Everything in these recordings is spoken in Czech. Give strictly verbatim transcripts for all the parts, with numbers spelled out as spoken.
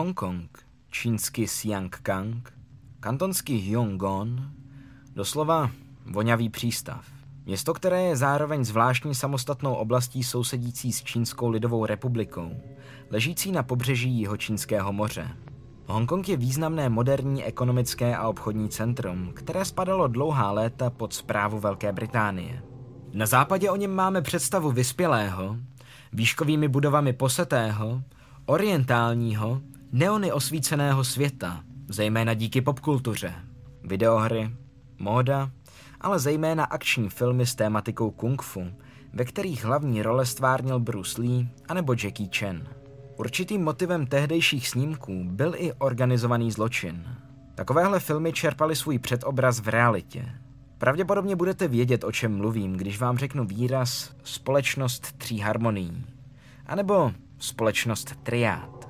Hongkong, čínsky Xiangkang, kantonsky Yangon, doslova vonavý přístav. Město, které je zároveň zvláštní samostatnou oblastí sousedící s Čínskou lidovou republikou, ležící na pobřeží Jihočínského moře. Hongkong je významné moderní ekonomické a obchodní centrum, které spadalo dlouhá léta pod správu Velké Británie. Na západě o něm máme představu vyspělého, výškovými budovami posetého, orientálního, neony osvíceného světa, zejména díky popkultuře, videohry, móda, ale zejména akční filmy s tématikou kung fu, ve kterých hlavní role stvárnil Bruce Lee anebo Jackie Chan. Určitým motivem tehdejších snímků byl i organizovaný zločin. Takovéhle filmy čerpaly svůj předobraz v realitě. Pravděpodobně budete vědět, o čem mluvím, když vám řeknu výraz společnost tří harmonií, anebo společnost triád.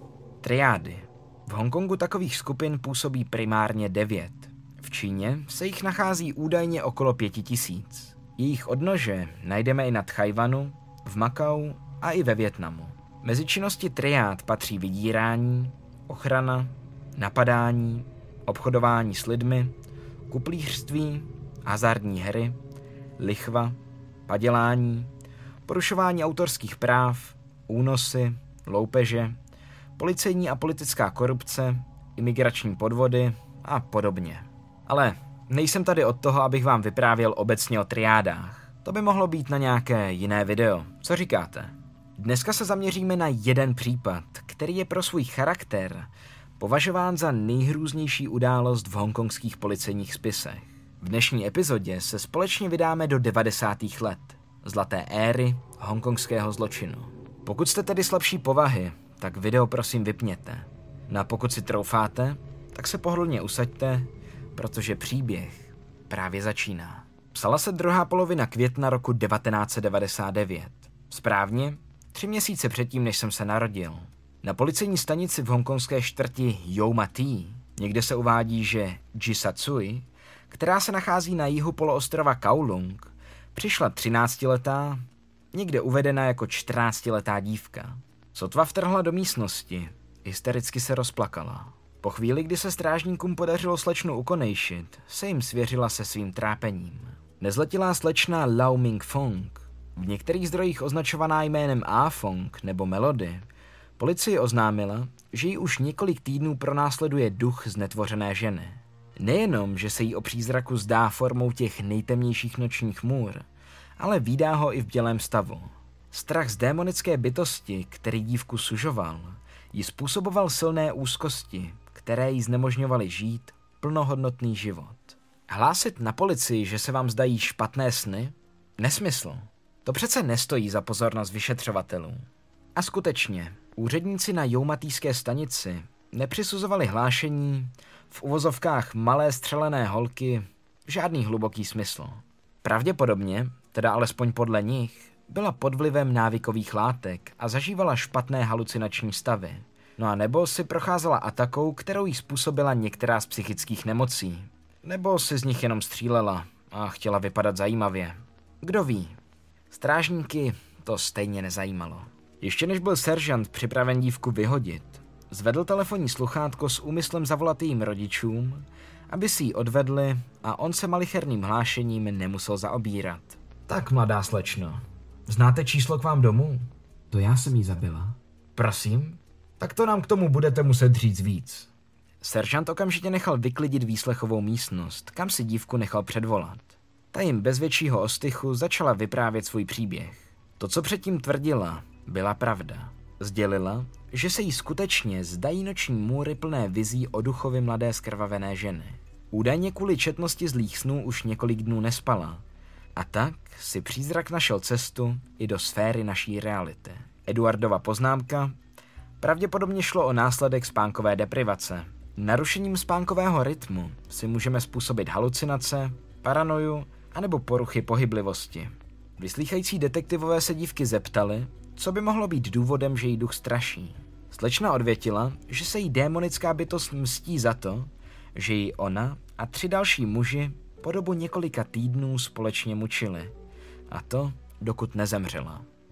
Triády. V Hongkongu takových skupin působí primárně devět. V Číně se jich nachází údajně okolo pěti tisíc. Jejich odnože najdeme i na Tchajvanu, v Makau a i ve Vietnamu. Mezi činnosti triád patří vydírání, ochrana, napadání, obchodování s lidmi, kuplířství, hazardní hry, lichva, padělání, porušování autorských práv, únosy, loupeže, policejní a politická korupce, imigrační podvody a podobně. Ale nejsem tady od toho, abych vám vyprávěl obecně o triádách. To by mohlo být na nějaké jiné video. Co říkáte? Dneska se zaměříme na jeden případ, který je pro svůj charakter považován za nejhrůznější událost v hongkongských policejních spisech. V dnešní epizodě se společně vydáme do devadesátých let, zlaté éry hongkongského zločinu. Pokud jste tedy slabší povahy, tak video prosím vypněte. No a pokud si troufáte, tak se pohodlně usaďte, protože příběh právě začíná. Psala se druhá polovina května roku devatenáct set devadesát devět. Správně, tři měsíce předtím, než jsem se narodil. Na policejní stanici v hongkongské čtvrti Yau Ma Tei, někde se uvádí, že Ji Sa-tsui, která se nachází na jihu poloostrova Kowloon, přišla třináctiletá, někde uvedena jako čtrnáctiletá dívka. Sotva vtrhla do místnosti, hystericky se rozplakala. Po chvíli, kdy se strážníkům podařilo slečnu ukonejšit, se jim svěřila se svým trápením. Nezletilá slečna Lau Ming Fong, v některých zdrojích označovaná jménem A Fong nebo Melody, policii oznámila, že ji už několik týdnů pronásleduje duch znetvořené ženy. Nejenom, že se jí o přízraku zdá formou těch nejtemnějších nočních můr, ale vídá ho i v bdělém stavu. Strach z démonické bytosti, který dívku sužoval, jí způsoboval silné úzkosti, které jí znemožňovaly žít plnohodnotný život. Hlásit na policii, že se vám zdají špatné sny? Nesmysl. To přece nestojí za pozornost vyšetřovatelů. A skutečně, úředníci na joumatýské stanici nepřisuzovali hlášení, v uvozovkách malé střelené holky, žádný hluboký smysl. Pravděpodobně, teda alespoň podle nich, byla pod vlivem návykových látek a zažívala špatné halucinační stavy. No a nebo si procházela atakou, kterou jí způsobila některá z psychických nemocí. Nebo si z nich jenom střílela a chtěla vypadat zajímavě. Kdo ví? Strážníky to stejně nezajímalo. Ještě než byl seržant připraven dívku vyhodit, zvedl telefonní sluchátko s úmyslem zavolat jejím rodičům, aby si ji odvedli a on se malicherným hlášením nemusel zaobírat. Tak, mladá slečno, znáte číslo k vám domů? To já jsem jí zabila. Prosím? Tak to nám k tomu budete muset říct víc. Seržant okamžitě nechal vyklidit výslechovou místnost, kam si dívku nechal předvolat. Ta jim bez většího ostychu začala vyprávět svůj příběh. To, co předtím tvrdila, byla pravda. Sdělila, že se jí skutečně zdají noční můry plné vizí o duchovi mladé skrvavené ženy. Údajně kvůli četnosti zlých snů už několik dnů nespala. A tak si přízrak našel cestu i do sféry naší reality. Eduardova poznámka: pravděpodobně šlo o následek spánkové deprivace. Narušením spánkového rytmu si můžeme způsobit halucinace, paranoju anebo poruchy pohyblivosti. Vyslýchající detektivové se dívky zeptali, co by mohlo být důvodem, že jí duch straší. Slečna odvětila, že se jí démonická bytost mstí za to, že ji ona a tři další muži po dobu několika týdnů společně mučili. A to, dokud nezemřela.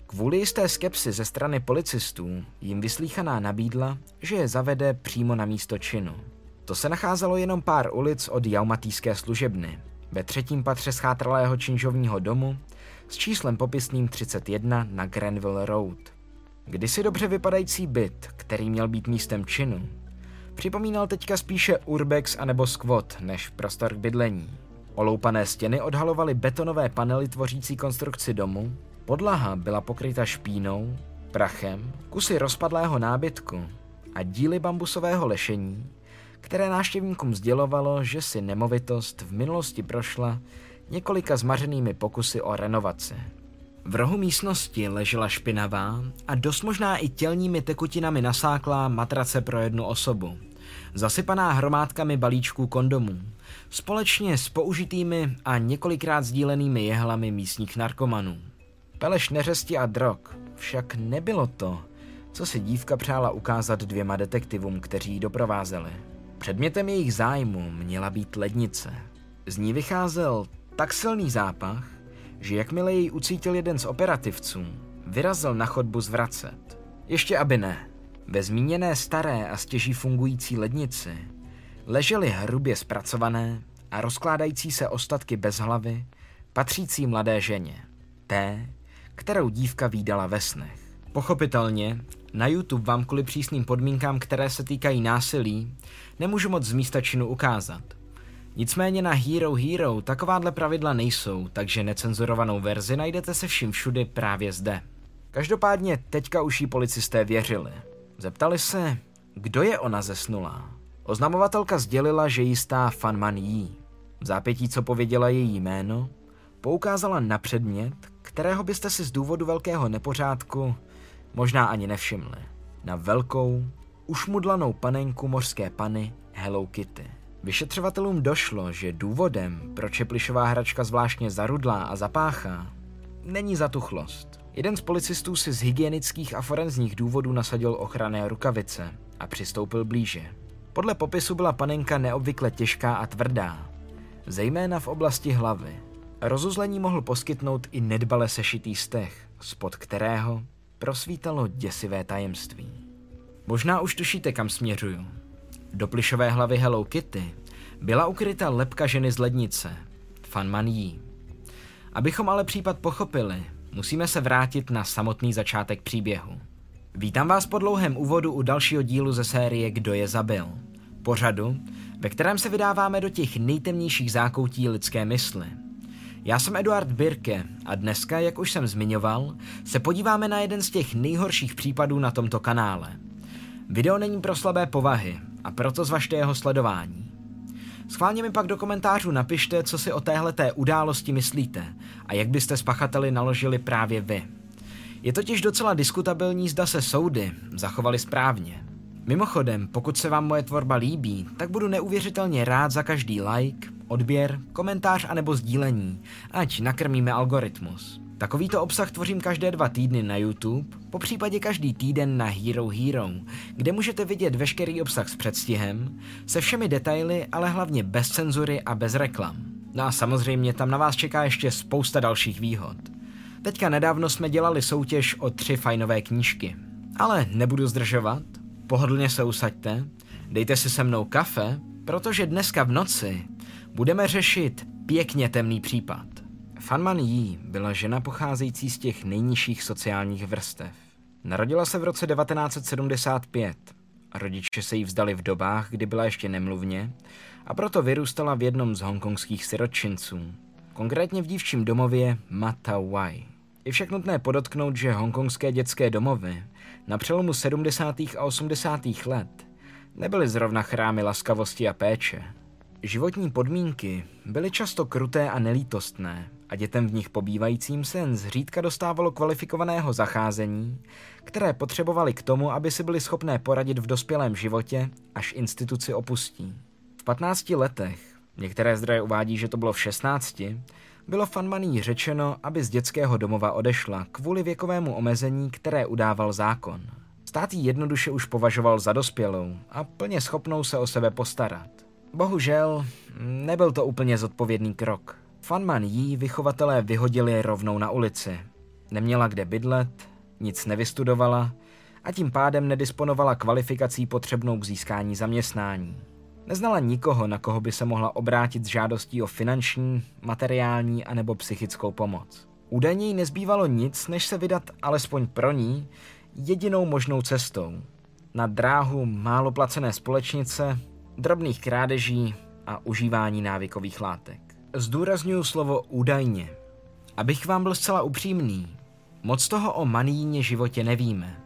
Kvůli jisté skepsi ze strany policistů jim vyslýchaná nabídla, že je zavede přímo na místo činu. To se nacházelo jenom pár ulic od jaumatýské služebny, ve třetím patře schátralého činžovního domu s číslem popisným třicet jedna na Granville Road. Kdysi dobře vypadající byt, který měl být místem činu, připomínal teďka spíše urbex anebo squat než prostor k bydlení. Oloupané stěny odhalovaly betonové panely tvořící konstrukci domu, podlaha byla pokryta špínou, prachem, kusy rozpadlého nábytku a díly bambusového lešení, které návštěvníkům sdělovalo, že si nemovitost v minulosti prošla několika zmařenými pokusy o renovaci. V rohu místnosti ležela špinavá a dost možná i tělními tekutinami nasáklá matrace pro jednu osobu, zasypaná hromádkami balíčků kondomů, společně s použitými a několikrát sdílenými jehlami místních narkomanů. Peleš neřesti a drog však nebylo to, co si dívka přála ukázat dvěma detektivům, kteří ji doprovázeli. Předmětem jejich zájmu měla být lednice. Z ní vycházel tak silný zápach, že jakmile jej ucítil jeden z operativců, vyrazil na chodbu zvracet. Ještě aby ne. Ve zmíněné staré a stěží fungující lednici ležely hrubě zpracované a rozkládající se ostatky bez hlavy, patřící mladé ženě. Té, kterou dívka vídala ve snech. Pochopitelně, na YouTube vám kvůli přísným podmínkám, které se týkají násilí, nemůžu moc z místa činu ukázat. Nicméně na Hero Hero takováhle pravidla nejsou, takže necenzurovanou verzi najdete se vším všudy právě zde. Každopádně teďka už jí policisté věřili. Zeptali se, kdo je ona zesnulá. Oznamovatelka sdělila, že jistá Fan Man Yi. V zápětí, co pověděla její jméno, poukázala na předmět, kterého byste si z důvodu velkého nepořádku možná ani nevšimli. Na velkou, ušmudlanou panenku mořské pany Hello Kitty. Vyšetřovatelům došlo, že důvodem, proč je plyšová hračka zvláštně zarudlá a zapáchá, není zatuchlost. Jeden z policistů si z hygienických a forenzních důvodů nasadil ochranné rukavice a přistoupil blíže. Podle popisu byla panenka neobvykle těžká a tvrdá, zejména v oblasti hlavy. Rozuzlení mohl poskytnout i nedbale sešitý steh, spod kterého prosvítalo děsivé tajemství. Možná už tušíte, kam směřuju. Do plyšové hlavy Hello Kitty byla ukryta lebka ženy z lednice, Fan Man Yi. Abychom ale případ pochopili, musíme se vrátit na samotný začátek příběhu. Vítám vás po dlouhém úvodu u dalšího dílu ze série Kdo je zabil. Pořadu, ve kterém se vydáváme do těch nejtemnějších zákoutí lidské mysli. Já jsem Eduard Birke a dneska, jak už jsem zmiňoval, se podíváme na jeden z těch nejhorších případů na tomto kanále. Video není pro slabé povahy a proto zvažte jeho sledování. Schválně mi pak do komentářů napište, co si o téhleté události myslíte a jak byste s pachateli naložili právě vy. Je totiž docela diskutabilní, zda se soudy zachovaly správně. Mimochodem, pokud se vám moje tvorba líbí, tak budu neuvěřitelně rád za každý like, odběr, komentář anebo sdílení, ať nakrmíme algoritmus. Takovýto obsah tvořím každé dva týdny na YouTube, popřípadě každý týden na Hero Hero, kde můžete vidět veškerý obsah s předstihem, se všemi detaily, ale hlavně bez cenzury a bez reklam. No a samozřejmě tam na vás čeká ještě spousta dalších výhod. Teďka nedávno jsme dělali soutěž o tři fajnové knížky. Ale nebudu zdržovat, pohodlně se usaďte, dejte si se mnou kafe, protože dneska v noci budeme řešit pěkně temný případ. Fan Man Yi byla žena pocházející z těch nejnižších sociálních vrstev. Narodila se v roce devatenáct set sedmdesát pět. Rodiče se jí vzdali v dobách, kdy byla ještě nemluvně, a proto vyrůstala v jednom z hongkongských sirotčinců, konkrétně v dívčím domově Ma Tau Wai. Je však nutné podotknout, že hongkongské dětské domovy na přelomu sedmdesátých a osmdesátých let nebyly zrovna chrámy laskavosti a péče. Životní podmínky byly často kruté a nelítostné a dětem v nich pobývajícím se jen zřídka dostávalo kvalifikovaného zacházení, které potřebovali k tomu, aby si byli schopné poradit v dospělém životě, až instituci opustí. V patnácti letech, některé zdroje uvádí, že to bylo v šestnácti, bylo Fan Man Yi řečeno, aby z dětského domova odešla kvůli věkovému omezení, které udával zákon. Stát ji jednoduše už považoval za dospělou a plně schopnou se o sebe postarat. Bohužel, nebyl to úplně zodpovědný krok. Fan Man Yi vychovatelé vyhodili rovnou na ulici. Neměla kde bydlet, nic nevystudovala a tím pádem nedisponovala kvalifikací potřebnou k získání zaměstnání. Neznala nikoho, na koho by se mohla obrátit s žádostí o finanční, materiální anebo psychickou pomoc. Údajně jí nezbývalo nic, než se vydat alespoň pro ní jedinou možnou cestou. Na dráhu málo placené společnice, drobných krádeží a užívání návykových látek. Zdůrazňuji slovo údajně. Abych vám byl zcela upřímný, moc toho o Manijíně životě nevíme.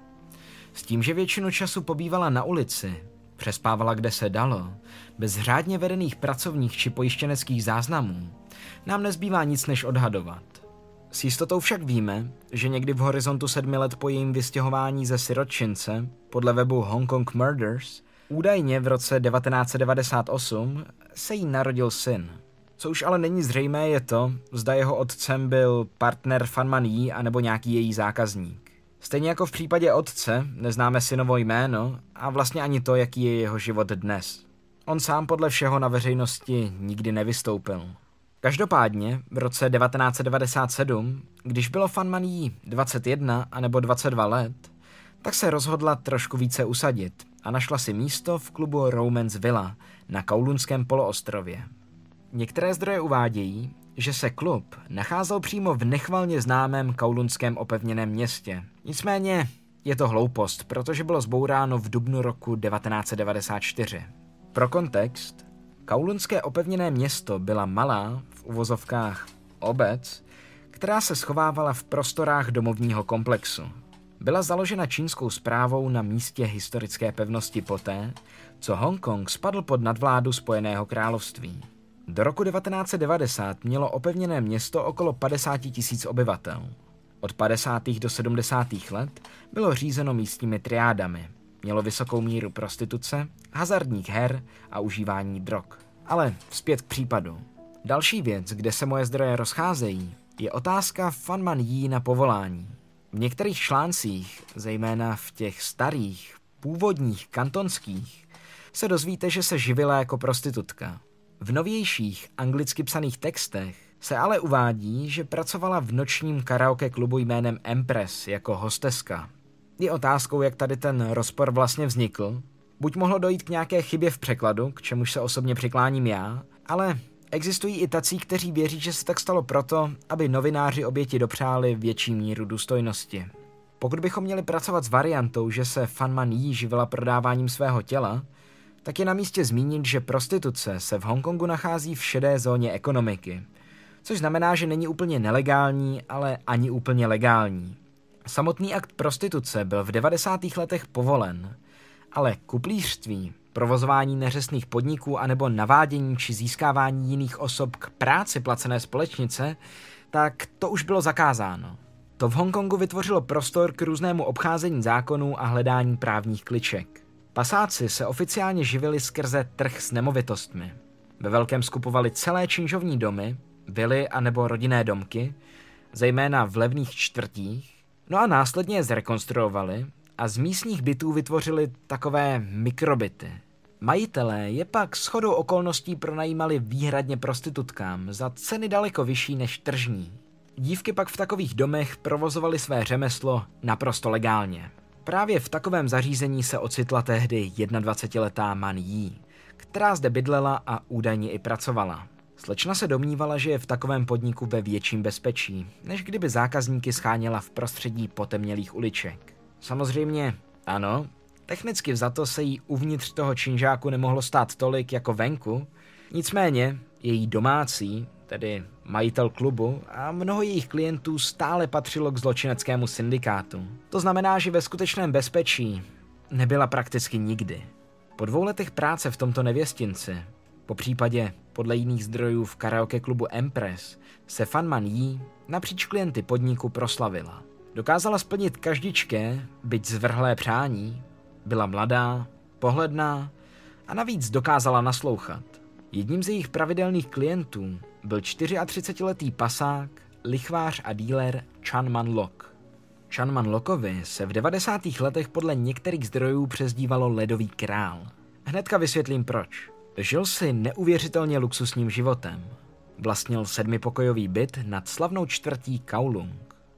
S tím, že většinu času pobývala na ulici, přespávala kde se dalo, bez řádně vedených pracovních či pojištěneckých záznamů, nám nezbývá nic než odhadovat. S jistotou však víme, že někdy v horizontu sedmi let po jejím vystěhování ze sirotčince, podle webu Hong Kong Murders, údajně v roce devatenáct set devadesát osm se jí narodil syn. Co už ale není zřejmé je to, zda jeho otcem byl partner Fan Man Yee anebo nějaký její zákazník. Stejně jako v případě otce neznáme synovo jméno a vlastně ani to, jaký je jeho život dnes. On sám podle všeho na veřejnosti nikdy nevystoupil. Každopádně v roce devatenáct set devadesát sedm, když bylo Fan Man Yee dvacet jedna anebo dvacet dva let, tak se rozhodla trošku více usadit a našla si místo v klubu Romance Villa na Kowloonském poloostrově. Některé zdroje uvádějí, že se klub nacházel přímo v nechvalně známém Kowloonském opevněném městě. Nicméně je to hloupost, protože bylo zbouráno v dubnu roku devatenáct set devadesát čtyři. Pro kontext, Kowloonské opevněné město byla malá, v uvozovkách obec, která se schovávala v prostorách domovního komplexu. Byla založena čínskou správou na místě historické pevnosti poté, co Hongkong spadl pod nadvládu Spojeného království. Do roku devatenáct set devadesát mělo opevněné město okolo padesát tisíc obyvatel. Od padesátých do sedmdesátých let bylo řízeno místními triádami. Mělo vysokou míru prostituce, hazardních her a užívání drog. Ale vzpět k případu. Další věc, kde se moje zdroje rozcházejí, je otázka Fan Man Yee na povolání. V některých článcích, zejména v těch starých, původních, kantonských, se dozvíte, že se živila jako prostitutka. V novějších anglicky psaných textech se ale uvádí, že pracovala v nočním karaoke klubu jménem Empress jako hosteska. Je otázkou, jak tady ten rozpor vlastně vznikl. Buď mohlo dojít k nějaké chybě v překladu, k čemuž se osobně přikláním já, ale existují i tací, kteří věří, že se tak stalo proto, aby novináři oběti dopřáli větší míru důstojnosti. Pokud bychom měli pracovat s variantou, že se Fan Man Yee živila prodáváním svého těla, tak je na místě zmínit, že prostituce se v Hongkongu nachází v šedé zóně ekonomiky, což znamená, že není úplně nelegální, ale ani úplně legální. Samotný akt prostituce byl v devadesátých letech povolen, ale kuplířství, provozování neřestných podniků anebo navádění či získávání jiných osob k práci placené společnice, tak to už bylo zakázáno. To v Hongkongu vytvořilo prostor k různému obcházení zákonů a hledání právních kliček. Pasáci se oficiálně živili skrze trh s nemovitostmi. Ve velkém skupovali celé činžovní domy, vily anebo rodinné domky, zejména v levných čtvrtích, no a následně je zrekonstruovali a z místních bytů vytvořili takové mikrobyty. Majitelé je pak shodou okolností pronajímali výhradně prostitutkám za ceny daleko vyšší než tržní. Dívky pak v takových domech provozovaly své řemeslo naprosto legálně. Právě v takovém zařízení se ocitla tehdy jednadvacetiletá Man Yee, která zde bydlela a údajně i pracovala. Slečna se domnívala, že je v takovém podniku ve větším bezpečí, než kdyby zákazníky scháněla v prostředí potemnělých uliček. Samozřejmě, ano, technicky vzato se jí uvnitř toho činžáku nemohlo stát tolik jako venku, nicméně její domácí, tedy majitel klubu a mnoho jejich klientů stále patřilo k zločineckému syndikátu. To znamená, že ve skutečném bezpečí nebyla prakticky nikdy. Po dvou letech práce v tomto nevěstinci, po případě podle jiných zdrojů v karaoke klubu Empress, se Fan Man Yee napříč klienty podniku proslavila. Dokázala splnit každičké, byť zvrhlé přání, byla mladá, pohledná a navíc dokázala naslouchat. Jedním z jejich pravidelných klientů byl třiatřicetiletý pasák, lichvář a díler Chan Man Lok. Chan Man Lokovi se v devadesátých letech podle některých zdrojů přezdívalo Ledový král. Hnedka vysvětlím proč. Žil si neuvěřitelně luxusním životem. Vlastnil sedmipokojový byt nad slavnou čtvrtí Kowloon.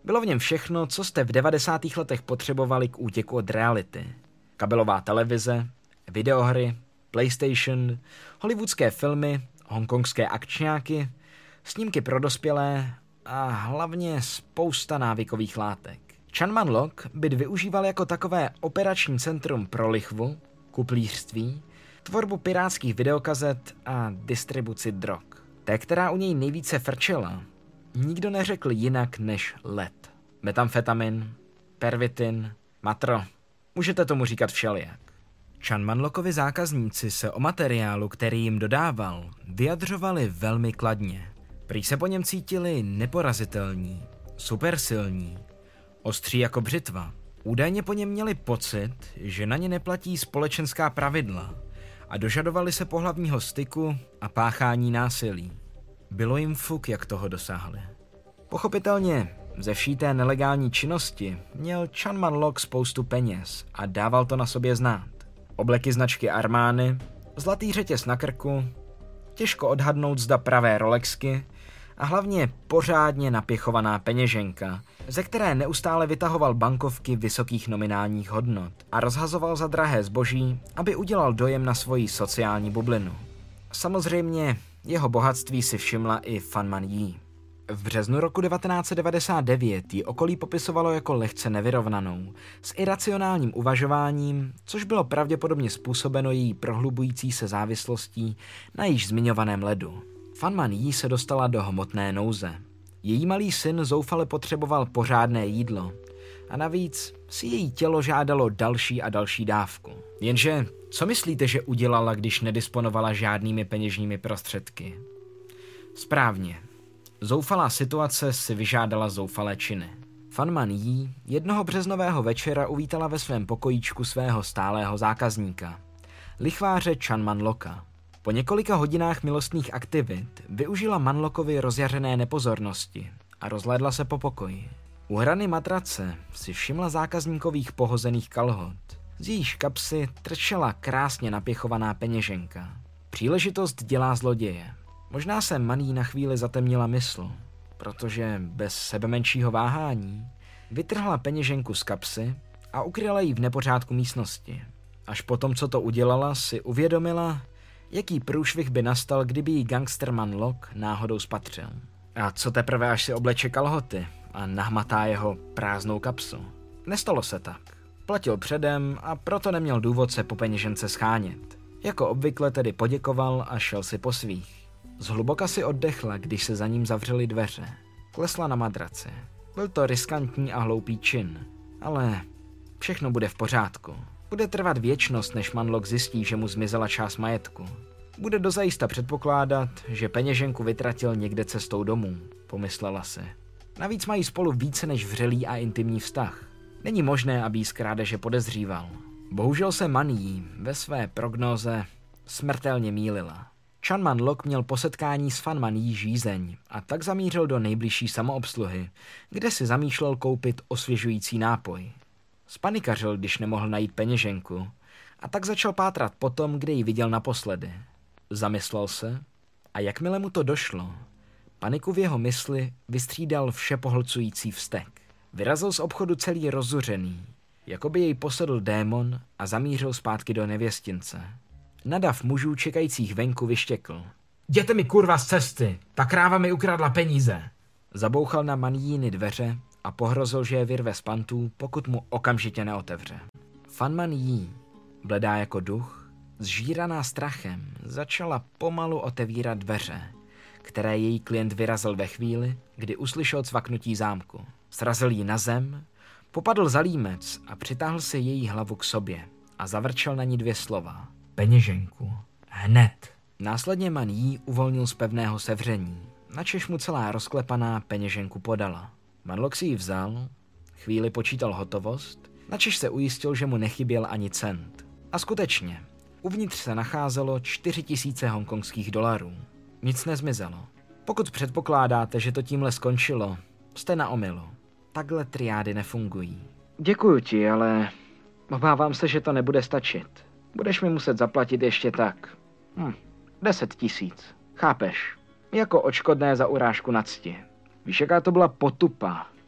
Bylo v něm všechno, co jste v devadesátých letech potřebovali k útěku od reality. Kabelová televize, videohry, PlayStation, hollywoodské filmy, hongkongské akčňáky, snímky pro dospělé a hlavně spousta návykových látek. Chanman Lok byt využíval jako takové operační centrum pro lichvu, kuplířství, tvorbu pirátských videokazet a distribuci drog. Té, která u něj nejvíce frčela, nikdo neřekl jinak než led. Metamfetamin, pervitin, matro, můžete tomu říkat všelijak. Chanman Lokovi zákazníci se o materiálu, který jim dodával, vyjadřovali velmi kladně. Prý se po něm cítili neporazitelní, supersilní, ostří jako břitva. Údajně po něm měli pocit, že na ně neplatí společenská pravidla a dožadovali se pohlavního styku a páchání násilí. Bylo jim fuk, jak toho dosáhli. Pochopitelně, ze vší té nelegální činnosti měl Chanman Lok spoustu peněz a dával to na sobě znát. Obleky značky Armani, zlatý řetěz na krku, těžko odhadnout zda pravé Rolexky a hlavně pořádně napěchovaná peněženka, ze které neustále vytahoval bankovky vysokých nominálních hodnot a rozhazoval za drahé zboží, aby udělal dojem na svoji sociální bublinu. Samozřejmě jeho bohatství si všimla i Fan Man Yi. V březnu roku devatenáct set devadesát devět ji okolí popisovalo jako lehce nevyrovnanou, s iracionálním uvažováním, což bylo pravděpodobně způsobeno její prohlubující se závislostí na již zmiňovaném ledu. Fan Man Yi se dostala do hmotné nouze. Její malý syn zoufale potřeboval pořádné jídlo a navíc si její tělo žádalo další a další dávku. Jenže co myslíte, že udělala, když nedisponovala žádnými peněžními prostředky? Správně. Zoufalá situace si vyžádala zoufalé činy. Fan Man Yi jednoho březnového večera uvítala ve svém pokojíčku svého stálého zákazníka, lichváře Chanman Loka. Po několika hodinách milostných aktivit využila Manlokovi rozjařené nepozornosti a rozhlédla se po pokoji. U hrany matrace si všimla zákazníkových pohozených kalhot. Z jejíž kapsy trčela krásně napěchovaná peněženka. Příležitost dělá zloděje. Možná se Man Yi na chvíli zatemnila mysl, protože bez sebemenšího váhání vytrhla peněženku z kapsy a ukryla ji v nepořádku místnosti. Až potom, co to udělala, si uvědomila, jaký průšvih by nastal, kdyby jí gangster Man Lok náhodou spatřil. A co teprve, až si obleče kalhoty a nahmatá jeho prázdnou kapsu. Nestalo se tak. Platil předem a proto neměl důvod se po peněžence schánět. Jako obvykle tedy poděkoval a šel si po svých. Zhluboka si oddechla, když se za ním zavřely dveře. Klesla na madraci. Byl to riskantní a hloupý čin, ale všechno bude v pořádku. Bude trvat věčnost, než Man Lok zjistí, že mu zmizela část majetku. Bude dozajista předpokládat, že peněženku vytratil někde cestou domů, pomyslela si. Navíc mají spolu více než vřelý a intimní vztah. Není možné, aby jí z krádeže podezříval. Bohužel se Man Yi ve své prognóze smrtelně mýlila. Chanman Lok měl po setkání s Fan Man Yi žízeň a tak zamířil do nejbližší samoobsluhy, kde si zamýšlel koupit osvěžující nápoj. Spanikařil, když nemohl najít peněženku, a tak začal pátrat po tom, kde ji viděl naposledy. Zamyslel se a jakmile mu to došlo, paniku v jeho mysli vystřídal všepohlcující vztek. Vyrazil z obchodu celý rozzuřený, jako by jej posedl démon a zamířil zpátky do nevěstince. Na dav mužů čekajících venku vyštěkl. Jděte mi kurva z cesty, ta kráva mi ukradla peníze. Zabouchal na Man Yiny dveře a pohrozil, že je vyrve z pantů, pokud mu okamžitě neotevře. Fan Man Yi, bledá jako duch, zžíraná strachem, začala pomalu otevírat dveře, které její klient vyrazil ve chvíli, kdy uslyšel cvaknutí zámku. Srazil ji na zem, popadl za límec a přitáhl si její hlavu k sobě a zavrčel na ní dvě slova. Peněženku. Hned. Následně Man Yi uvolnil z pevného sevření, načež mu celá rozklepaná peněženku podala. Man Lok si ji vzal, chvíli počítal hotovost, načež se ujistil, že mu nechyběl ani cent. A skutečně, uvnitř se nacházelo čtyři tisíce hongkongských dolarů. Nic nezmizelo. Pokud předpokládáte, že to tímhle skončilo, jste na omylu. Takhle triády nefungují. Děkuju ti, ale obávám se, že to nebude stačit. Budeš mi muset zaplatit ještě tak. Hm, deset tisíc. Chápeš? Jako odškodné za urážku na cti. Víš, jaká to byla potupa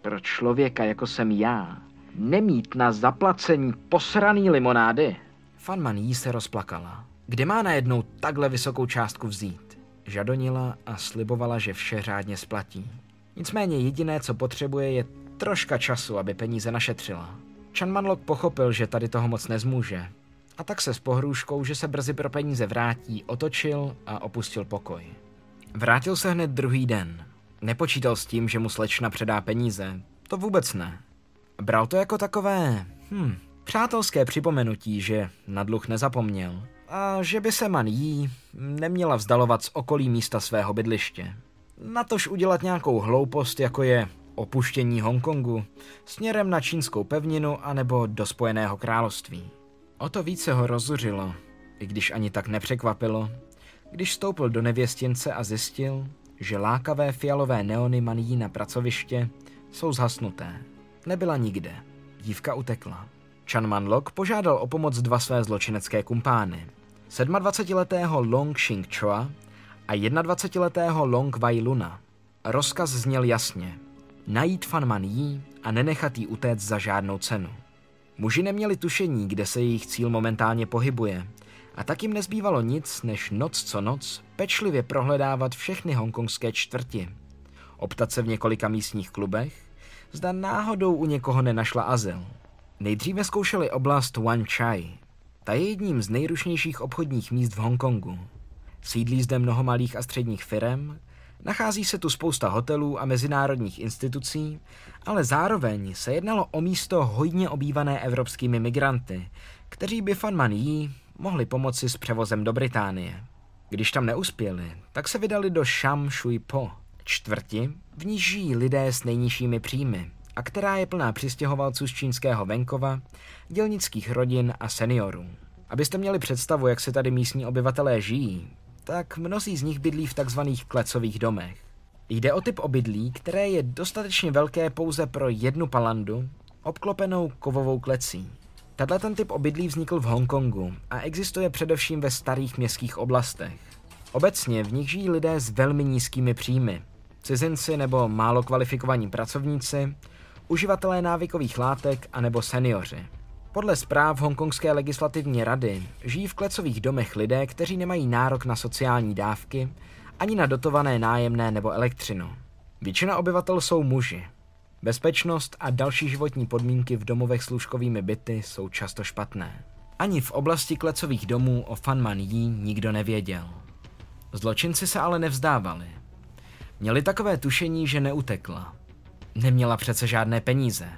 pro člověka jako jsem já nemít na zaplacení posraný limonády? Fan Man Yi se rozplakala. Kde má najednou takhle vysokou částku vzít? Žadonila a slibovala, že vše řádně splatí. Nicméně jediné, co potřebuje, je troška času, aby peníze našetřila. Chan Manlok pochopil, že tady toho moc nezmůže. A tak se s pohrůžkou, že se brzy pro peníze vrátí, otočil a opustil pokoj. Vrátil se hned druhý den. Nepočítal s tím, že mu slečna předá peníze. To vůbec ne. Bral to jako takové, hm, přátelské připomenutí, že na dluh nezapomněl. A že by se Man Yi neměla vzdalovat z okolí místa svého bydliště. Natož udělat nějakou hloupost, jako je opuštění Hongkongu směrem na čínskou pevninu anebo do Spojeného království. O to více ho rozuřilo, i když ani tak nepřekvapilo, když vstoupil do nevěstince a zjistil, že lákavé fialové neony Man Yi na pracoviště jsou zhasnuté. Nebyla nikde. Dívka utekla. Chan Manlok požádal o pomoc dva své zločinecké kumpány. sedmadvacetiletého Long Xing Choa a jednadvacetiletého Long Wai Luna. Rozkaz zněl jasně. Najít Fan Man Yi a nenechat jí utéct za žádnou cenu. Muži neměli tušení, kde se jejich cíl momentálně pohybuje, a tak jim nezbývalo nic, než noc co noc pečlivě prohledávat všechny hongkongské čtvrti. Optat se v několika místních klubech, zda náhodou u někoho nenašla azyl. Nejdříve zkoušeli oblast Wan Chai. Ta je jedním z nejrušnějších obchodních míst v Hongkongu. Sídlí zde mnoho malých a středních firem, nachází se tu spousta hotelů a mezinárodních institucí, ale zároveň se jednalo o místo hojně obývané evropskými migranty, kteří by Fan Man Yi mohli pomoci s převozem do Británie. Když tam neuspěli, tak se vydali do Sham Shui Po, čtvrti, v níž žijí lidé s nejnižšími příjmy a která je plná přistěhovalců z čínského venkova, dělnických rodin a seniorů. Abyste měli představu, jak se tady místní obyvatelé žijí, tak mnozí z nich bydlí v takzvaných klecových domech. Jde o typ obydlí, které je dostatečně velké pouze pro jednu palandu, obklopenou kovovou klecí. Tato ten typ obydlí vznikl v Hongkongu a existuje především ve starých městských oblastech. Obecně v nich žijí lidé s velmi nízkými příjmy, cizinci nebo málo kvalifikovaní pracovníci, uživatelé návykových látek anebo seniori. Podle zpráv Hongkongské legislativní rady žijí v klecových domech lidé, kteří nemají nárok na sociální dávky, ani na dotované nájemné nebo elektřinu. Většina obyvatel jsou muži. Bezpečnost a další životní podmínky v domovech s lůžkovými byty jsou často špatné. Ani v oblasti klecových domů o Fan Man Yi nikdo nevěděl. Zločinci se ale nevzdávali. Měli takové tušení, že neutekla. Neměla přece žádné peníze.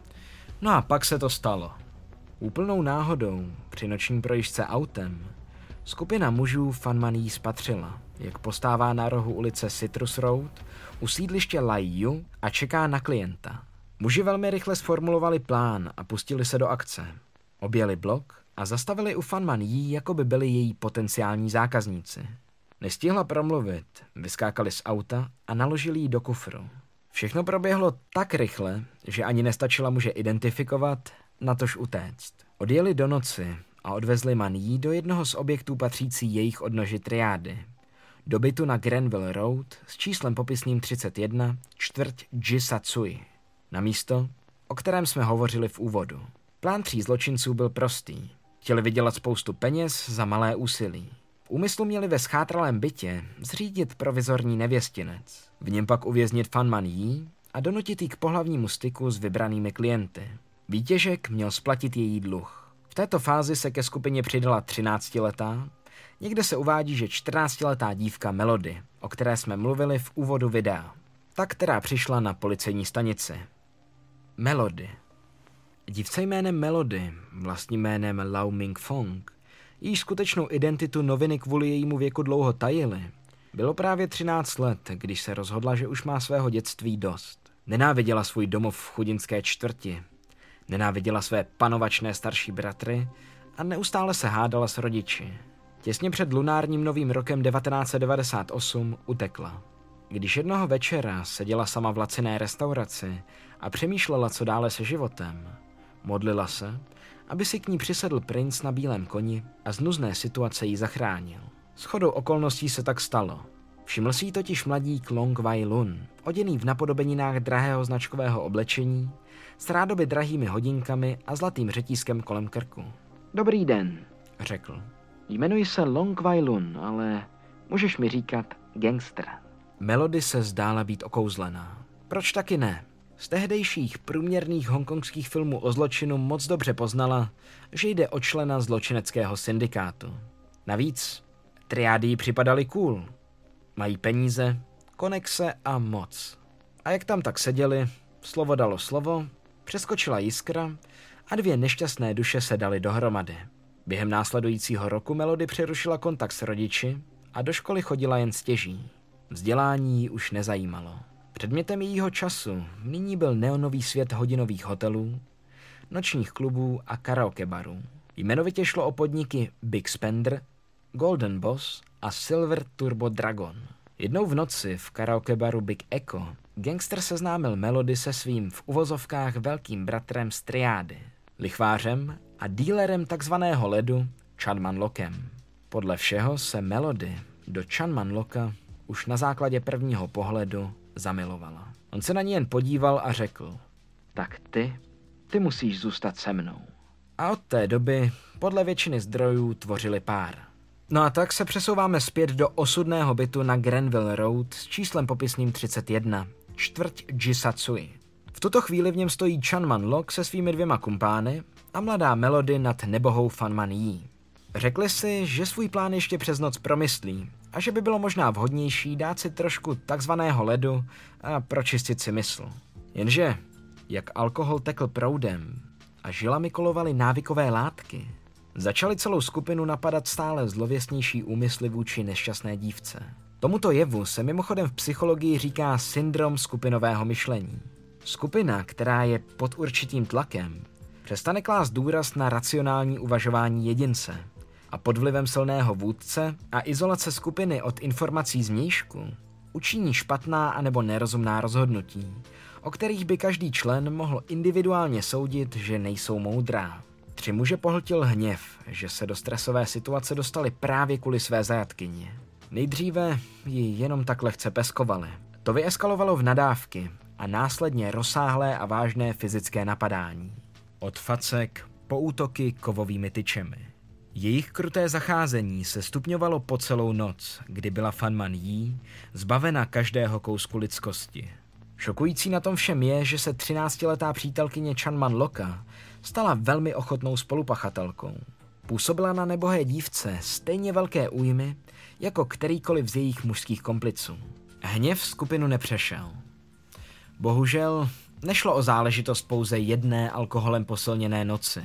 No a pak se to stalo. Úplnou náhodou, při noční projížďce autem, skupina mužů Fan Man Yi spatřila, jak postává na rohu ulice Citrus Road u sídliště Lai Yu a čeká na klienta. Muži velmi rychle sformulovali plán a pustili se do akce. Objeli blok a zastavili u Fan Man Yi, jako by byli její potenciální zákazníci. Nestihla promluvit, vyskákali z auta a naložili ji do kufru. Všechno proběhlo tak rychle, že ani nestačila muže identifikovat, natož utéct. Odjeli do noci a odvezli Man Yi do jednoho z objektů patřící jejich odnoži triády. Do bytu na Grenville Road s číslem popisným třicet jedna, čtvrť Ji Sa Tsui. Na místo, o kterém jsme hovořili v úvodu. Plán tří zločinců byl prostý. Chtěli vydělat spoustu peněz za malé úsilí. V úmyslu měli ve schátralém bytě zřídit provizorní nevěstinec. V něm pak uvěznit Fan Man Yi a donutit ji k pohlavnímu styku s vybranými klienty. Výtěžek měl splatit její dluh. V této fázi se ke skupině přidala třináctiletá, někde se uvádí, že čtrnáctiletá dívka Melody, o které jsme mluvili v úvodu videa. Ta, která přišla na policejní stanici. Melody. Dívce jménem Melody, vlastním jménem Lau Ming Fong, jejíž skutečnou identitu noviny kvůli jejímu věku dlouho tajily, bylo právě třináct let, když se rozhodla, že už má svého dětství dost. Nenáviděla svůj domov v chudinské čtvrti, nenáviděla své panovačné starší bratry a neustále se hádala s rodiči. Těsně před lunárním novým rokem devatenáct set devadesát osm utekla. Když jednoho večera seděla sama v laciné restauraci a přemýšlela, co dále se životem, modlila se, aby si k ní přisedl princ na bílém koni a z nuzné situace ji zachránil. Shodou okolností se tak stalo. Všiml si jí totiž mladík Long Wai Lun, oděný v napodobeninách drahého značkového oblečení, s rádoby drahými hodinkami a zlatým řetízkem kolem krku. Dobrý den, řekl. Jmenuji se Long Wai Lun, ale můžeš mi říkat gangster. Melody se zdála být okouzlená. Proč taky ne? Z tehdejších průměrných hongkongských filmů o zločinu moc dobře poznala, že jde o člena zločineckého syndikátu. Navíc triády jí připadaly cool. Mají peníze, konexe a moc. A jak tam tak seděli, slovo dalo slovo, přeskočila jiskra a dvě nešťastné duše se daly dohromady. Během následujícího roku Melody přerušila kontakt s rodiči a do školy chodila jen stěží. Vzdělání ji už nezajímalo. Předmětem jejího času nyní byl neonový svět hodinových hotelů, nočních klubů a karaoke barů. Jmenovitě šlo o podniky Big Spender, Golden Boss a Silver Turbo Dragon. Jednou v noci v karaoke baru Big Echo gangster seznámil Melody se svým v uvozovkách velkým bratrem z triády, lichvářem a dílerem takzvaného ledu Chan Man Lokem. Podle všeho se Melody do Chan Man Loka už na základě prvního pohledu zamilovala. On se na ní jen podíval a řekl: tak ty, ty musíš zůstat se mnou. A od té doby podle většiny zdrojů tvořili pár. No a tak se přesouváme zpět do osudného bytu na Granville Road s číslem popisným třicet jedna, čtvrť Jisatsui. V tuto chvíli v něm stojí Chan Man Lok se svými dvěma kumpány a mladá Melody nad nebohou Fan Man Yi. Řekli si, že svůj plán ještě přes noc promyslí a že by bylo možná vhodnější dát si trošku takzvaného ledu a pročistit si mysl. Jenže, jak alkohol tekl proudem a žilami kolovaly návykové látky, začali celou skupinu napadat stále zlověstnější úmysly vůči nešťastné dívce. Tomuto jevu se mimochodem v psychologii říká syndrom skupinového myšlení. Skupina, která je pod určitým tlakem, přestane klást důraz na racionální uvažování jedince a pod vlivem silného vůdce a izolace skupiny od informací zvnějšku učiní špatná anebo nerozumná rozhodnutí, o kterých by každý člen mohl individuálně soudit, že nejsou moudrá. Tři muže pohltil hněv, že se do stresové situace dostali právě kvůli své zajatkyni. Nejdříve ji jenom tak lehce peskovali. To vyeskalovalo v nadávky a následně rozsáhlé a vážné fyzické napadání. Od facek po útoky kovovými tyčemi. Jejich kruté zacházení se stupňovalo po celou noc, kdy byla Fan Man Yi zbavena každého kousku lidskosti. Šokující na tom všem je, že se třináctiletá přítelkyně Chan Man Loka stala velmi ochotnou spolupachatelkou. Působila na nebohé dívce stejně velké újmy, jako kterýkoliv z jejich mužských kompliců. Hněv skupinu nepřešel. Bohužel nešlo o záležitost pouze jedné alkoholem posilněné noci.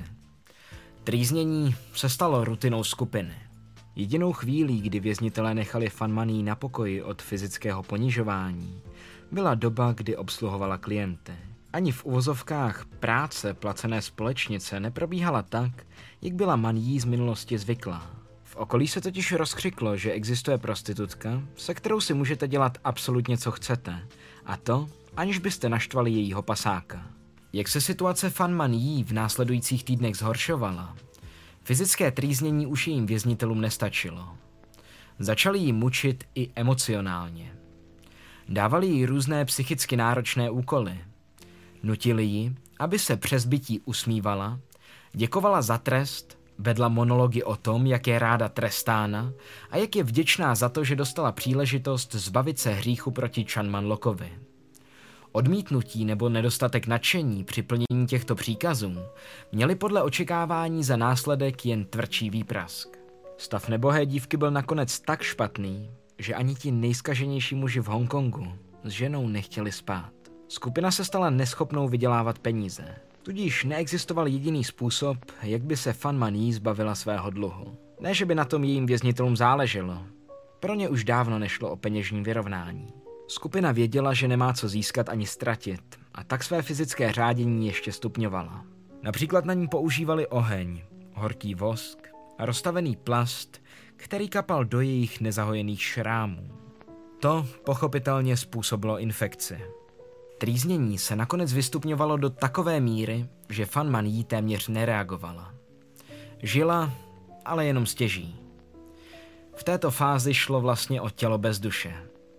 Trýznění se stalo rutinou skupiny. Jedinou chvílí, kdy věznitelé nechali Fan Man Yi na pokoji od fyzického ponižování, byla doba, kdy obsluhovala klienty. Ani v uvozovkách práce placené společnice neprobíhala tak, jak byla Man Yi z minulosti zvyklá. V okolí se totiž rozkřiklo, že existuje prostitutka, se kterou si můžete dělat absolutně co chcete, a to, aniž byste naštvali jejího pasáka. Jak se situace Fan Man Yi v následujících týdnech zhoršovala, fyzické trýznění už jejím věznitelům nestačilo. Začali ji mučit i emocionálně. Dávali jí různé psychicky náročné úkoly. Nutili ji, aby se přes bytí usmívala, děkovala za trest, vedla monology o tom, jak je ráda trestána a jak je vděčná za to, že dostala příležitost zbavit se hříchu proti Chan Man Lokovi. Odmítnutí nebo nedostatek nadšení při plnění těchto příkazů měli podle očekávání za následek jen tvrdší výprask. Stav nebohé dívky byl nakonec tak špatný, že ani ti nejskaženější muži v Hongkongu s ženou nechtěli spát. Skupina se stala neschopnou vydělávat peníze, tudíž neexistoval jediný způsob, jak by se Fan Man Yi zbavila svého dluhu. Ne, že by na tom jejím věznitelům záleželo. Pro ně už dávno nešlo o peněžní vyrovnání. Skupina věděla, že nemá co získat ani ztratit, a tak své fyzické řádění ještě stupňovala. Například na ní používali oheň, horký vosk a roztavený plast, který kapal do jejich nezahojených šrámů. To pochopitelně způsobilo infekci. Trýznění se nakonec vystupňovalo do takové míry, že Fan Man Yi téměř nereagovala. Žila, ale jenom stěží. V této fázi šlo vlastně o tělo bez duše.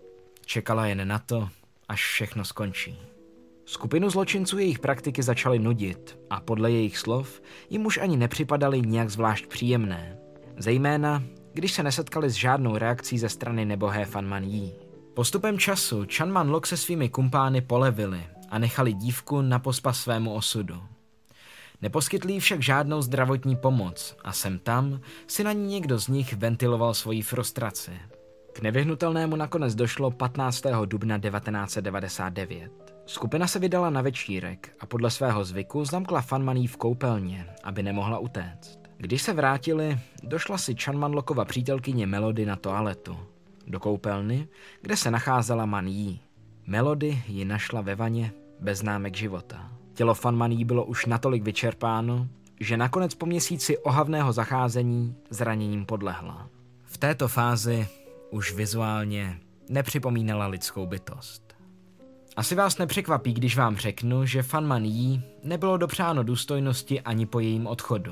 Čekala jen na to, až všechno skončí. Skupinu zločinců jejich praktiky začaly nudit a podle jejich slov jim už ani nepřipadaly nějak zvlášť příjemné. Zejména, když se nesetkali s žádnou reakcí ze strany nebohé Fan Man Yi. Postupem času Chan Man Lok se svými kumpány polevili a nechali dívku na pospas svému osudu. Neposkytli jí však žádnou zdravotní pomoc a sem tam si na ní někdo z nich ventiloval svoji frustraci. K nevyhnutelnému nakonec došlo patnáctého dubna devatenáct set devadesát devět. Skupina se vydala na večírek a podle svého zvyku zamkla Fan Man Yi v koupelně, aby nemohla utéct. Když se vrátili, došla si Chan Man Lokova přítelkyně Melody na toaletu. Do koupelny, kde se nacházela Man Yi. Melody ji našla ve vaně bez známek života. Tělo Fan Man Yi bylo už natolik vyčerpáno, že nakonec po měsíci ohavného zacházení zraněním podlehla. V této fázi už vizuálně nepřipomínala lidskou bytost. Asi vás nepřekvapí, když vám řeknu, že Fan Man Yi nebylo dopřáno důstojnosti ani po jejím odchodu.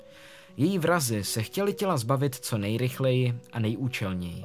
Její vrazi se chtěli těla zbavit co nejrychleji a nejúčelněji.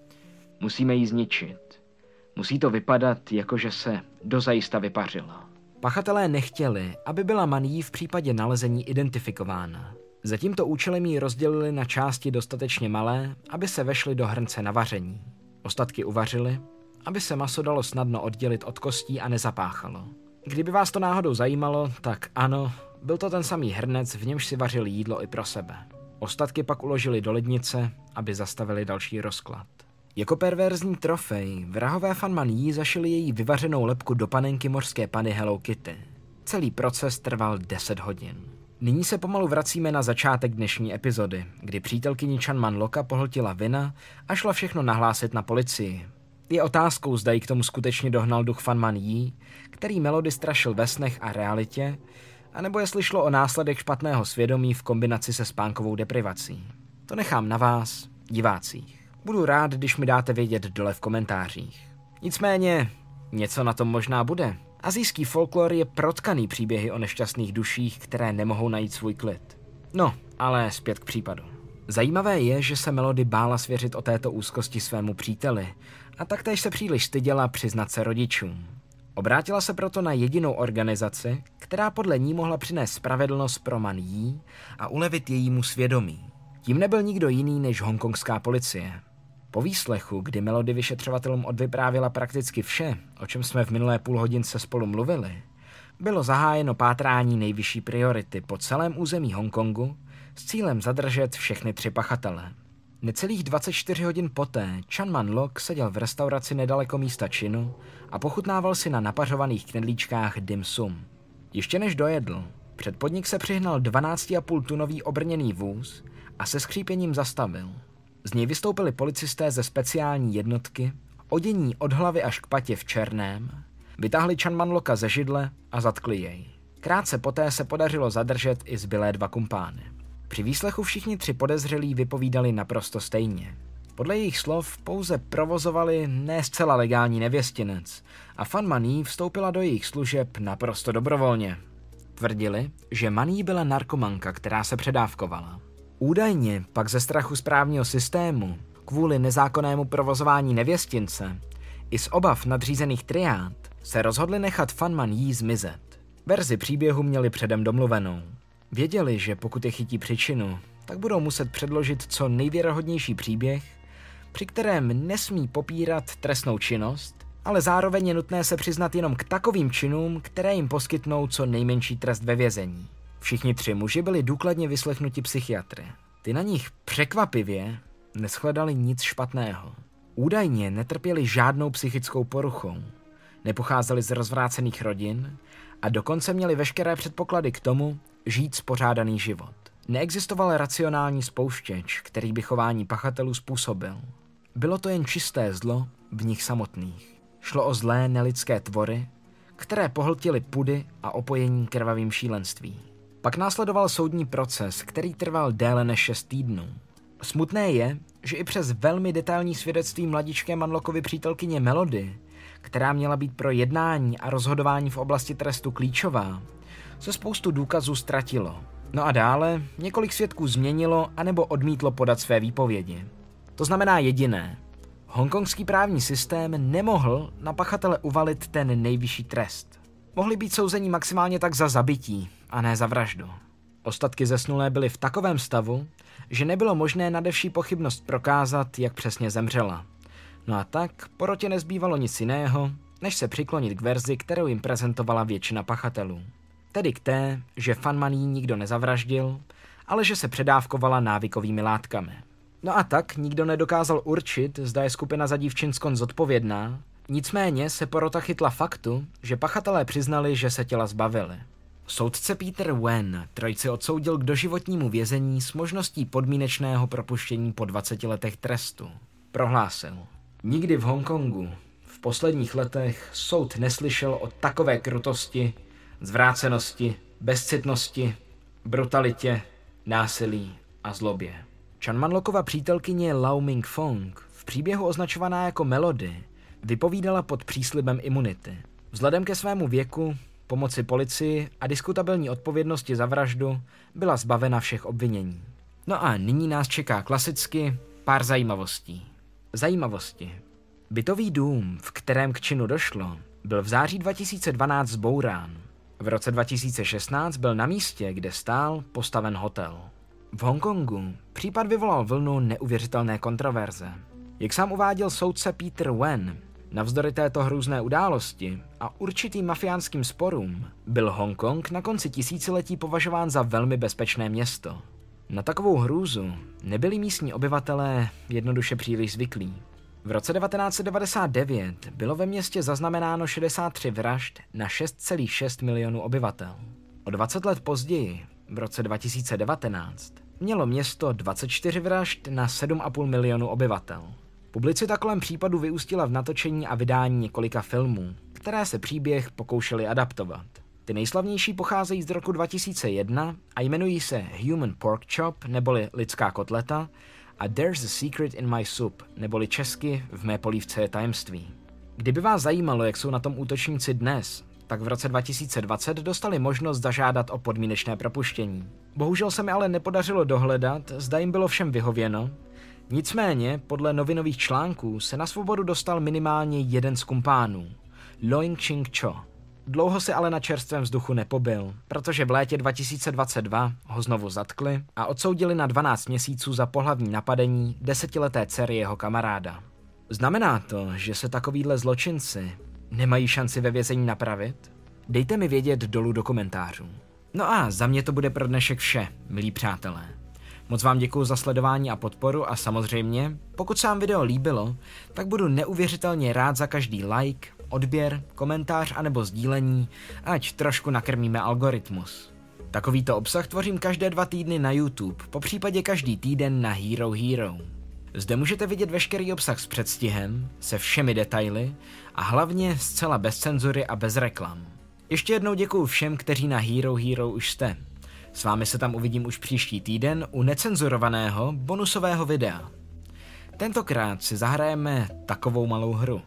Musíme ji zničit. Musí to vypadat, jako že se dozajista vypařila. Pachatelé nechtěli, aby byla Man Yi v případě nalezení identifikována. Za tímto účelem ji rozdělili na části dostatečně malé, aby se vešly do hrnce na vaření. Ostatky uvařili, aby se maso dalo snadno oddělit od kostí a nezapáchalo. Kdyby vás to náhodou zajímalo, tak ano, byl to ten samý hrnec, v němž si vařili jídlo i pro sebe. Ostatky pak uložili do lednice, aby zastavili další rozklad. Jako perverzní trofej vrahové Fan Man Yi zašili její vyvařenou lebku do panenky mořské pany Hello Kitty. Celý proces trval deset hodin. Nyní se pomalu vracíme na začátek dnešní epizody, kdy přítelkyni Chan Man Loka pohltila vina a šla všechno nahlásit na policii. Je otázkou, zda jí k tomu skutečně dohnal duch Fan Man Yi, který Melody strašil ve snech a realitě, anebo jestli šlo o následek špatného svědomí v kombinaci se spánkovou deprivací. To nechám na vás, divácích. Budu rád, když mi dáte vědět dole v komentářích. Nicméně, něco na tom možná bude. Asijský folklor je protkaný příběhy o nešťastných duších, které nemohou najít svůj klid. No, ale zpět k případu. Zajímavé je, že se Melody bála svěřit o této úzkosti svému příteli a taktéž se příliš styděla přiznat se rodičům. Obrátila se proto na jedinou organizaci, která podle ní mohla přinést spravedlnost pro Man Yi a ulevit jejímu svědomí. Tím nebyl nikdo jiný než hongkongská policie. Po výslechu, kdy Melody vyšetřovatelům odvyprávila prakticky vše, o čem jsme v minulé půl hodince spolu mluvili, bylo zahájeno pátrání nejvyšší priority po celém území Hongkongu s cílem zadržet všechny tři pachatele. Necelých dvacet čtyři hodin poté Chan Man Lok seděl v restauraci nedaleko místa činu a pochutnával si na napařovaných knedlíčkách dim sum. Ještě než dojedl, před podnik se přihnal dvanáct a půl tunový obrněný vůz a se skřípěním zastavil. Z něj vystoupili policisté ze speciální jednotky, odění od hlavy až k patě v černém, vytáhli Chan Man Loka ze židle a zatkli jej. Krátce poté se podařilo zadržet i zbylé dva kumpány. Při výslechu všichni tři podezřelí vypovídali naprosto stejně. Podle jejich slov pouze provozovali ne zcela legální nevěstinec a Fan Man Yi vstoupila do jejich služeb naprosto dobrovolně. Tvrdili, že Man Yi byla narkomanka, která se předávkovala. Údajně pak ze strachu z právního systému, kvůli nezákonnému provozování nevěstince, i z obav nadřízených triád, se rozhodli nechat Fan Man Yi zmizet. Verzi příběhu měli předem domluvenou. Věděli, že pokud je chytí příčinu, tak budou muset předložit co nejvěrohodnější příběh, při kterém nesmí popírat trestnou činnost, ale zároveň je nutné se přiznat jenom k takovým činům, které jim poskytnou co nejmenší trest ve vězení. Všichni tři muži byli důkladně vyslechnuti psychiatry. Ty na nich překvapivě neschledali nic špatného. Údajně netrpěli žádnou psychickou poruchou, nepocházeli z rozvrácených rodin a dokonce měli veškeré předpoklady k tomu žít spořádaný život. Neexistoval racionální spouštěč, který by chování pachatelů způsobil. Bylo to jen čisté zlo v nich samotných. Šlo o zlé nelidské tvory, které pohltily pudy a opojení krvavým šílenství. Pak následoval soudní proces, který trval déle než šest týdnů. Smutné je, že i přes velmi detailní svědectví mladičké Man Lokovy přítelkyně Melody, která měla být pro jednání a rozhodování v oblasti trestu klíčová, se spoustu důkazů ztratilo. No a dále několik svědků změnilo anebo odmítlo podat své výpovědi. To znamená jediné. Hongkongský právní systém nemohl na pachatele uvalit ten nejvyšší trest. Mohli být souzení maximálně tak za zabití, a ne za vraždu. Ostatky zesnulé byly v takovém stavu, že nebylo možné nadevší pochybnost prokázat, jak přesně zemřela. No a tak porotě nezbývalo nic jiného, než se přiklonit k verzi, kterou jim prezentovala většina pachatelů. Tedy k té, že Fan Man jí nikdo nezavraždil, ale že se předávkovala návykovými látkami. No a tak nikdo nedokázal určit, zda je skupina za dívčinskon zodpovědná, nicméně se porota chytla faktu, že pachatelé přiznali, že se těla zbavili. Soudce Peter Wen trojici odsoudil k doživotnímu vězení s možností podmínečného propuštění po dvaceti letech trestu. Prohlásil: nikdy v Hongkongu v posledních letech soud neslyšel o takové krutosti, zvrácenosti, bezcitnosti, brutalitě, násilí a zlobě. Chan Man-lokova přítelkyně Lau Ming-fong, v příběhu označovaná jako Melody, vypovídala pod příslibem imunity. Vzhledem ke svému věku, pomoci policii a diskutabilní odpovědnosti za vraždu byla zbavena všech obvinění. No a nyní nás čeká klasicky pár zajímavostí. Zajímavosti. Bytový dům, v kterém k činu došlo, byl v září dva tisíce dvanáct zbourán. V roce dva tisíce šestnáct byl na místě, kde stál, postaven hotel. V Hongkongu případ vyvolal vlnu neuvěřitelné kontroverze. Jak sám uváděl soudce Peter Wen, navzdory této hrůzné události a určitým mafiánským sporům byl Hongkong na konci tisíciletí považován za velmi bezpečné město. Na takovou hrůzu nebyli místní obyvatelé jednoduše příliš zvyklí. V roce devatenáct set devadesát devět bylo ve městě zaznamenáno šedesát tři vražd na šest celá šest milionů obyvatel. O dvacet let později, v roce dva tisíce devatenáct, mělo město dvacet čtyři vražd na sedm celá pět milionu obyvatel. Publicita kolem případu vyústila v natočení a vydání několika filmů, které se příběh pokoušely adaptovat. Ty nejslavnější pocházejí z roku dva tisíce jedna a jmenují se Human Pork Chop neboli lidská kotleta a There's a Secret in My Soup neboli česky V mé polívce je tajemství. Kdyby vás zajímalo, jak jsou na tom útočníci dnes, tak v roce dva tisíce dvacet dostali možnost zažádat o podmínečné propuštění. Bohužel se mi ale nepodařilo dohledat, zda jim bylo všem vyhověno. Nicméně, podle novinových článků se na svobodu dostal minimálně jeden z kumpánů, Loing Ching Cho. Dlouho se ale na čerstvém vzduchu nepobyl, protože v létě dva tisíce dvacet dva ho znovu zatkli a odsoudili na dvanáct měsíců za pohlavní napadení desetileté dcery jeho kamaráda. Znamená to, že se takovýhle zločinci nemají šanci ve vězení napravit? Dejte mi vědět dolů do komentářů. No a za mě to bude pro dnešek vše, milí přátelé. Moc vám děkuju za sledování a podporu a samozřejmě, pokud se vám video líbilo, tak budu neuvěřitelně rád za každý like, odběr, komentář anebo sdílení, ať trošku nakrmíme algoritmus. Takovýto obsah tvořím každé dva týdny na YouTube, popřípadě každý týden na Hero Hero. Zde můžete vidět veškerý obsah s předstihem, se všemi detaily a hlavně zcela bez cenzury a bez reklam. Ještě jednou děkuju všem, kteří na Hero Hero už jste. S vámi se tam uvidím už příští týden u necenzurovaného bonusového videa. Tentokrát si zahrajeme takovou malou hru.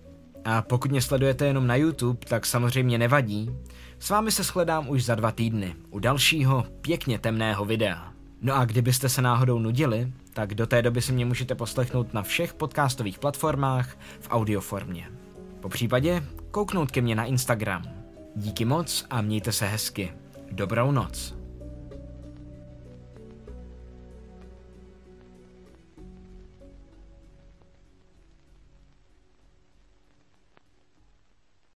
A pokud mě sledujete jenom na YouTube, tak samozřejmě nevadí. S vámi se shledám už za dva týdny u dalšího pěkně temného videa. No a kdybyste se náhodou nudili, tak do té doby si mě můžete poslechnout na všech podcastových platformách v audioformě. Popřípadě kouknout ke mně na Instagram. Díky moc a mějte se hezky. Dobrou noc.